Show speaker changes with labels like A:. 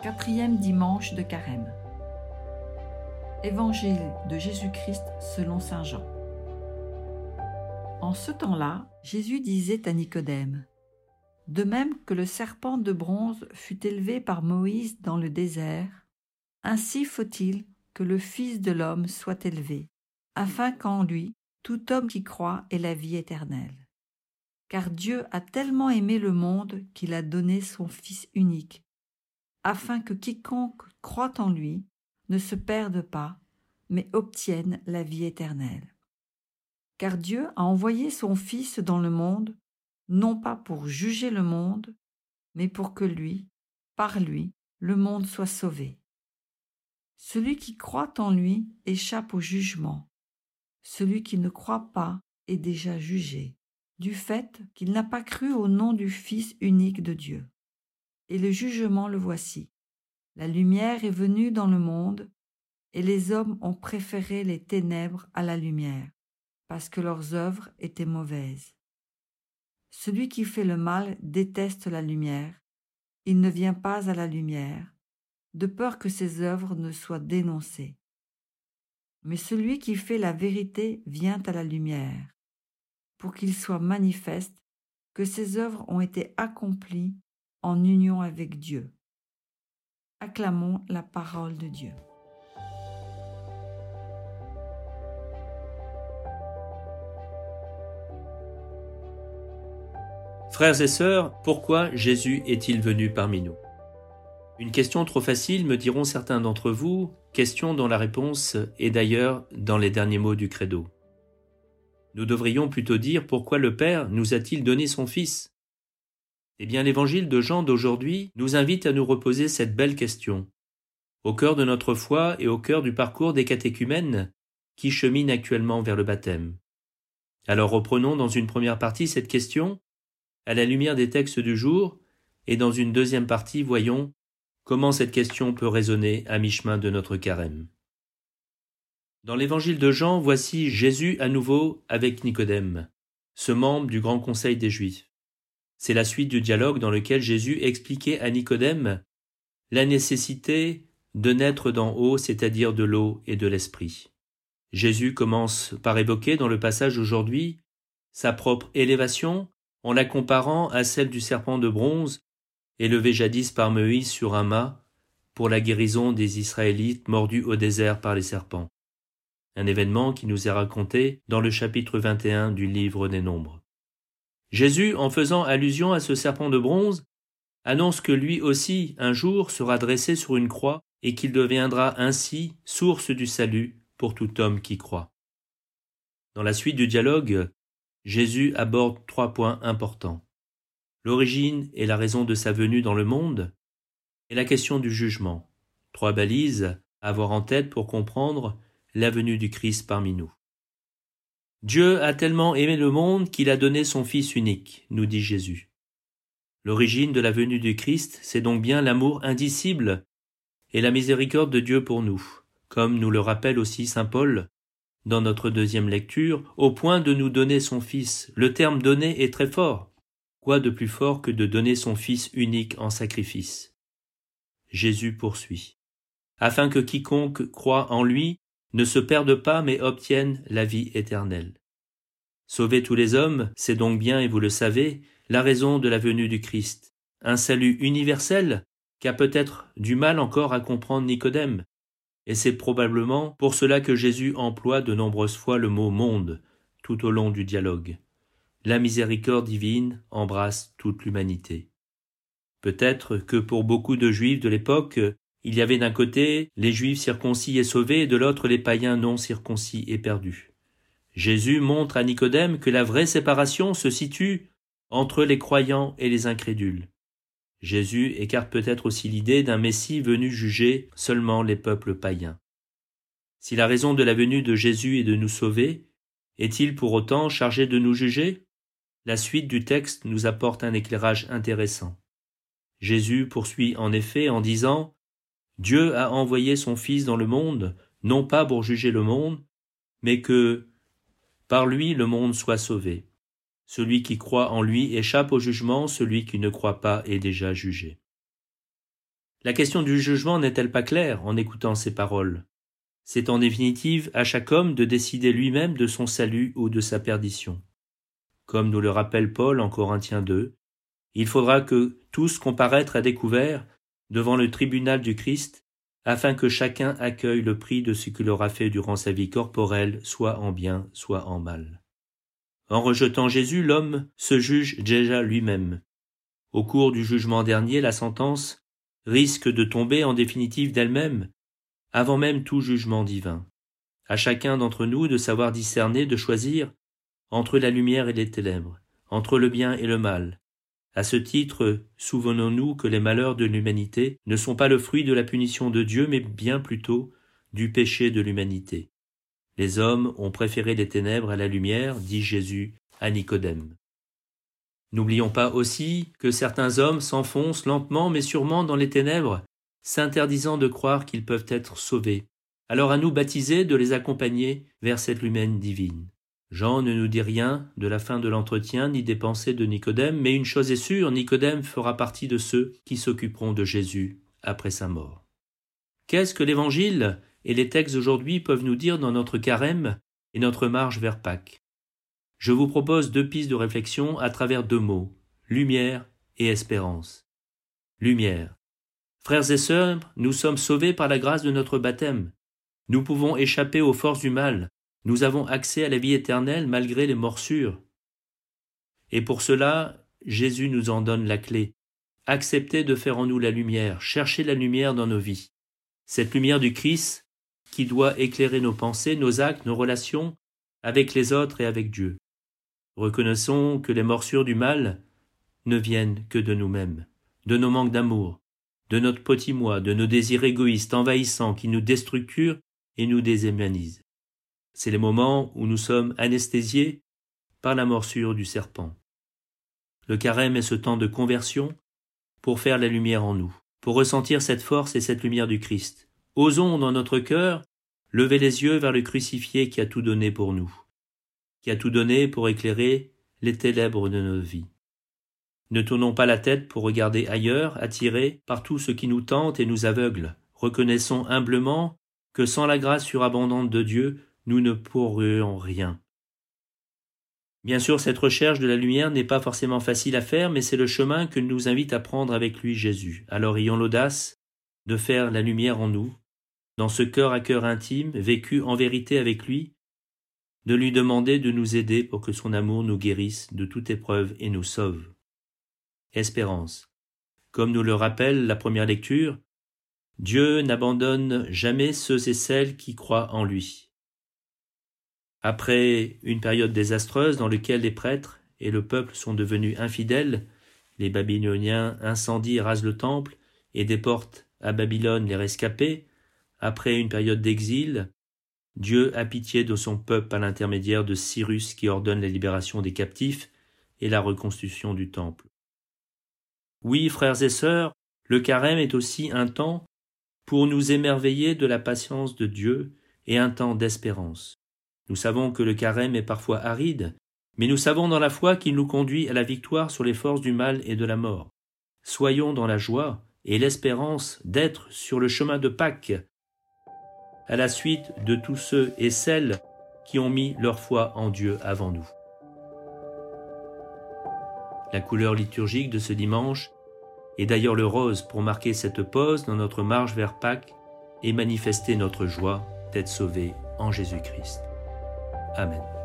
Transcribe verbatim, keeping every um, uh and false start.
A: Quatrième dimanche de Carême. Évangile de Jésus-Christ selon saint Jean. En ce temps-là, Jésus disait à Nicodème: « De même que le serpent de bronze fut élevé par Moïse dans le désert, ainsi faut-il que le Fils de l'homme soit élevé, afin qu'en lui, tout homme qui croit ait la vie éternelle. Car Dieu a tellement aimé le monde qu'il a donné son Fils unique, afin que quiconque croit en lui ne se perde pas, mais obtienne la vie éternelle. Car Dieu a envoyé son Fils dans le monde, non pas pour juger le monde, mais pour que lui, par lui, le monde soit sauvé. Celui qui croit en lui échappe au jugement. Celui qui ne croit pas est déjà jugé, du fait qu'il n'a pas cru au nom du Fils unique de Dieu. Et le jugement le voici. La lumière est venue dans le monde, et les hommes ont préféré les ténèbres à la lumière, parce que leurs œuvres étaient mauvaises. Celui qui fait le mal déteste la lumière, il ne vient pas à la lumière, de peur que ses œuvres ne soient dénoncées. Mais celui qui fait la vérité vient à la lumière, pour qu'il soit manifeste que ses œuvres ont été accomplies en union avec Dieu. Acclamons la parole de Dieu.
B: Frères et sœurs, pourquoi Jésus est-il venu parmi nous? Une question trop facile, me diront certains d'entre vous, question dont la réponse est d'ailleurs dans les derniers mots du credo. Nous devrions plutôt dire pourquoi le Père nous a-t-il donné son Fils? Eh bien, l'évangile de Jean d'aujourd'hui nous invite à nous reposer cette belle question, au cœur de notre foi et au cœur du parcours des catéchumènes qui cheminent actuellement vers le baptême. Alors reprenons dans une première partie cette question, à la lumière des textes du jour, et dans une deuxième partie, voyons comment cette question peut résonner à mi-chemin de notre carême. Dans l'évangile de Jean, voici Jésus à nouveau avec Nicodème, ce membre du grand conseil des Juifs. C'est la suite du dialogue dans lequel Jésus expliquait à Nicodème la nécessité de naître d'en haut, c'est-à-dire de l'eau et de l'esprit. Jésus commence par évoquer dans le passage aujourd'hui sa propre élévation en la comparant à celle du serpent de bronze élevé jadis par Moïse sur un mât pour la guérison des Israélites mordus au désert par les serpents. Un événement qui nous est raconté dans le chapitre vingt et un du livre des Nombres. Jésus, en faisant allusion à ce serpent de bronze, annonce que lui aussi, un jour, sera dressé sur une croix et qu'il deviendra ainsi source du salut pour tout homme qui croit. Dans la suite du dialogue, Jésus aborde trois points importants. L'origine et la raison de sa venue dans le monde et la question du jugement. Trois balises à avoir en tête pour comprendre la venue du Christ parmi nous. Dieu a tellement aimé le monde qu'il a donné son Fils unique, nous dit Jésus. L'origine de la venue du Christ, c'est donc bien l'amour indicible et la miséricorde de Dieu pour nous, comme nous le rappelle aussi saint Paul dans notre deuxième lecture, au point de nous donner son Fils. Le terme « donner » est très fort. Quoi de plus fort que de donner son Fils unique en sacrifice? Jésus poursuit. Afin que quiconque croit en lui ne se perde pas mais obtienne la vie éternelle. Sauver tous les hommes, c'est donc bien, et vous le savez, la raison de la venue du Christ. Un salut universel qu'a peut-être du mal encore à comprendre Nicodème. Et c'est probablement pour cela que Jésus emploie de nombreuses fois le mot « monde » tout au long du dialogue. La miséricorde divine embrasse toute l'humanité. Peut-être que pour beaucoup de Juifs de l'époque, il y avait d'un côté les Juifs circoncis et sauvés et de l'autre les païens non circoncis et perdus. Jésus montre à Nicodème que la vraie séparation se situe entre les croyants et les incrédules. Jésus écarte peut-être aussi l'idée d'un Messie venu juger seulement les peuples païens. Si la raison de la venue de Jésus est de nous sauver, est-il pour autant chargé de nous juger? La suite du texte nous apporte un éclairage intéressant. Jésus poursuit en effet en disant « Dieu a envoyé son Fils dans le monde, non pas pour juger le monde, mais que par lui le monde soit sauvé. Celui qui croit en lui échappe au jugement, celui qui ne croit pas est déjà jugé. » La question du jugement n'est-elle pas claire en écoutant ces paroles? C'est en définitive à chaque homme de décider lui-même de son salut ou de sa perdition. Comme nous le rappelle Paul en Corinthiens deux, il faudra que tous comparaître à découvert devant le tribunal du Christ, afin que chacun accueille le prix de ce qu'il aura fait durant sa vie corporelle, soit en bien, soit en mal. En rejetant Jésus, l'homme se juge déjà lui-même. Au cours du jugement dernier, la sentence risque de tomber en définitive d'elle-même, avant même tout jugement divin. À chacun d'entre nous de savoir discerner, de choisir entre la lumière et les ténèbres, entre le bien et le mal. À ce titre, souvenons-nous que les malheurs de l'humanité ne sont pas le fruit de la punition de Dieu, mais bien plutôt du péché de l'humanité. Les hommes ont préféré les ténèbres à la lumière, dit Jésus à Nicodème. N'oublions pas aussi que certains hommes s'enfoncent lentement mais sûrement dans les ténèbres, s'interdisant de croire qu'ils peuvent être sauvés. Alors à nous baptisés de les accompagner vers cette lumière divine. Jean ne nous dit rien de la fin de l'entretien ni des pensées de Nicodème, mais une chose est sûre, Nicodème fera partie de ceux qui s'occuperont de Jésus après sa mort. Qu'est-ce que l'Évangile et les textes d'aujourd'hui peuvent nous dire dans notre carême et notre marche vers Pâques? Je vous propose deux pistes de réflexion à travers deux mots, lumière et espérance. Lumière. Frères et sœurs, nous sommes sauvés par la grâce de notre baptême. Nous pouvons échapper aux forces du mal. Nous avons accès à la vie éternelle malgré les morsures. Et pour cela, Jésus nous en donne la clé. Acceptez de faire en nous la lumière, cherchez la lumière dans nos vies. Cette lumière du Christ qui doit éclairer nos pensées, nos actes, nos relations avec les autres et avec Dieu. Reconnaissons que les morsures du mal ne viennent que de nous-mêmes, de nos manques d'amour, de notre petit moi, de nos désirs égoïstes envahissants qui nous déstructurent et nous déshumanisent. C'est les moments où nous sommes anesthésiés par la morsure du serpent. Le carême est ce temps de conversion pour faire la lumière en nous, pour ressentir cette force et cette lumière du Christ. Osons dans notre cœur lever les yeux vers le crucifié qui a tout donné pour nous, qui a tout donné pour éclairer les ténèbres de nos vies. Ne tournons pas la tête pour regarder ailleurs, attirés par tout ce qui nous tente et nous aveugle. Reconnaissons humblement que sans la grâce surabondante de Dieu, nous ne pourrions rien. Bien sûr, cette recherche de la lumière n'est pas forcément facile à faire, mais c'est le chemin que nous invite à prendre avec lui Jésus. Alors ayons l'audace de faire la lumière en nous, dans ce cœur à cœur intime, vécu en vérité avec lui, de lui demander de nous aider pour que son amour nous guérisse de toute épreuve et nous sauve. Espérance. Comme nous le rappelle la première lecture, Dieu n'abandonne jamais ceux et celles qui croient en lui. Après une période désastreuse dans laquelle les prêtres et le peuple sont devenus infidèles, les Babyloniens incendient et rasent le temple et déportent à Babylone les rescapés, après une période d'exil, Dieu a pitié de son peuple à l'intermédiaire de Cyrus qui ordonne la libération des captifs et la reconstruction du temple. Oui, frères et sœurs, le carême est aussi un temps pour nous émerveiller de la patience de Dieu et un temps d'espérance. Nous savons que le carême est parfois aride, mais nous savons dans la foi qu'il nous conduit à la victoire sur les forces du mal et de la mort. Soyons dans la joie et l'espérance d'être sur le chemin de Pâques, à la suite de tous ceux et celles qui ont mis leur foi en Dieu avant nous. La couleur liturgique de ce dimanche est d'ailleurs le rose pour marquer cette pause dans notre marche vers Pâques et manifester notre joie d'être sauvés en Jésus-Christ. Amen.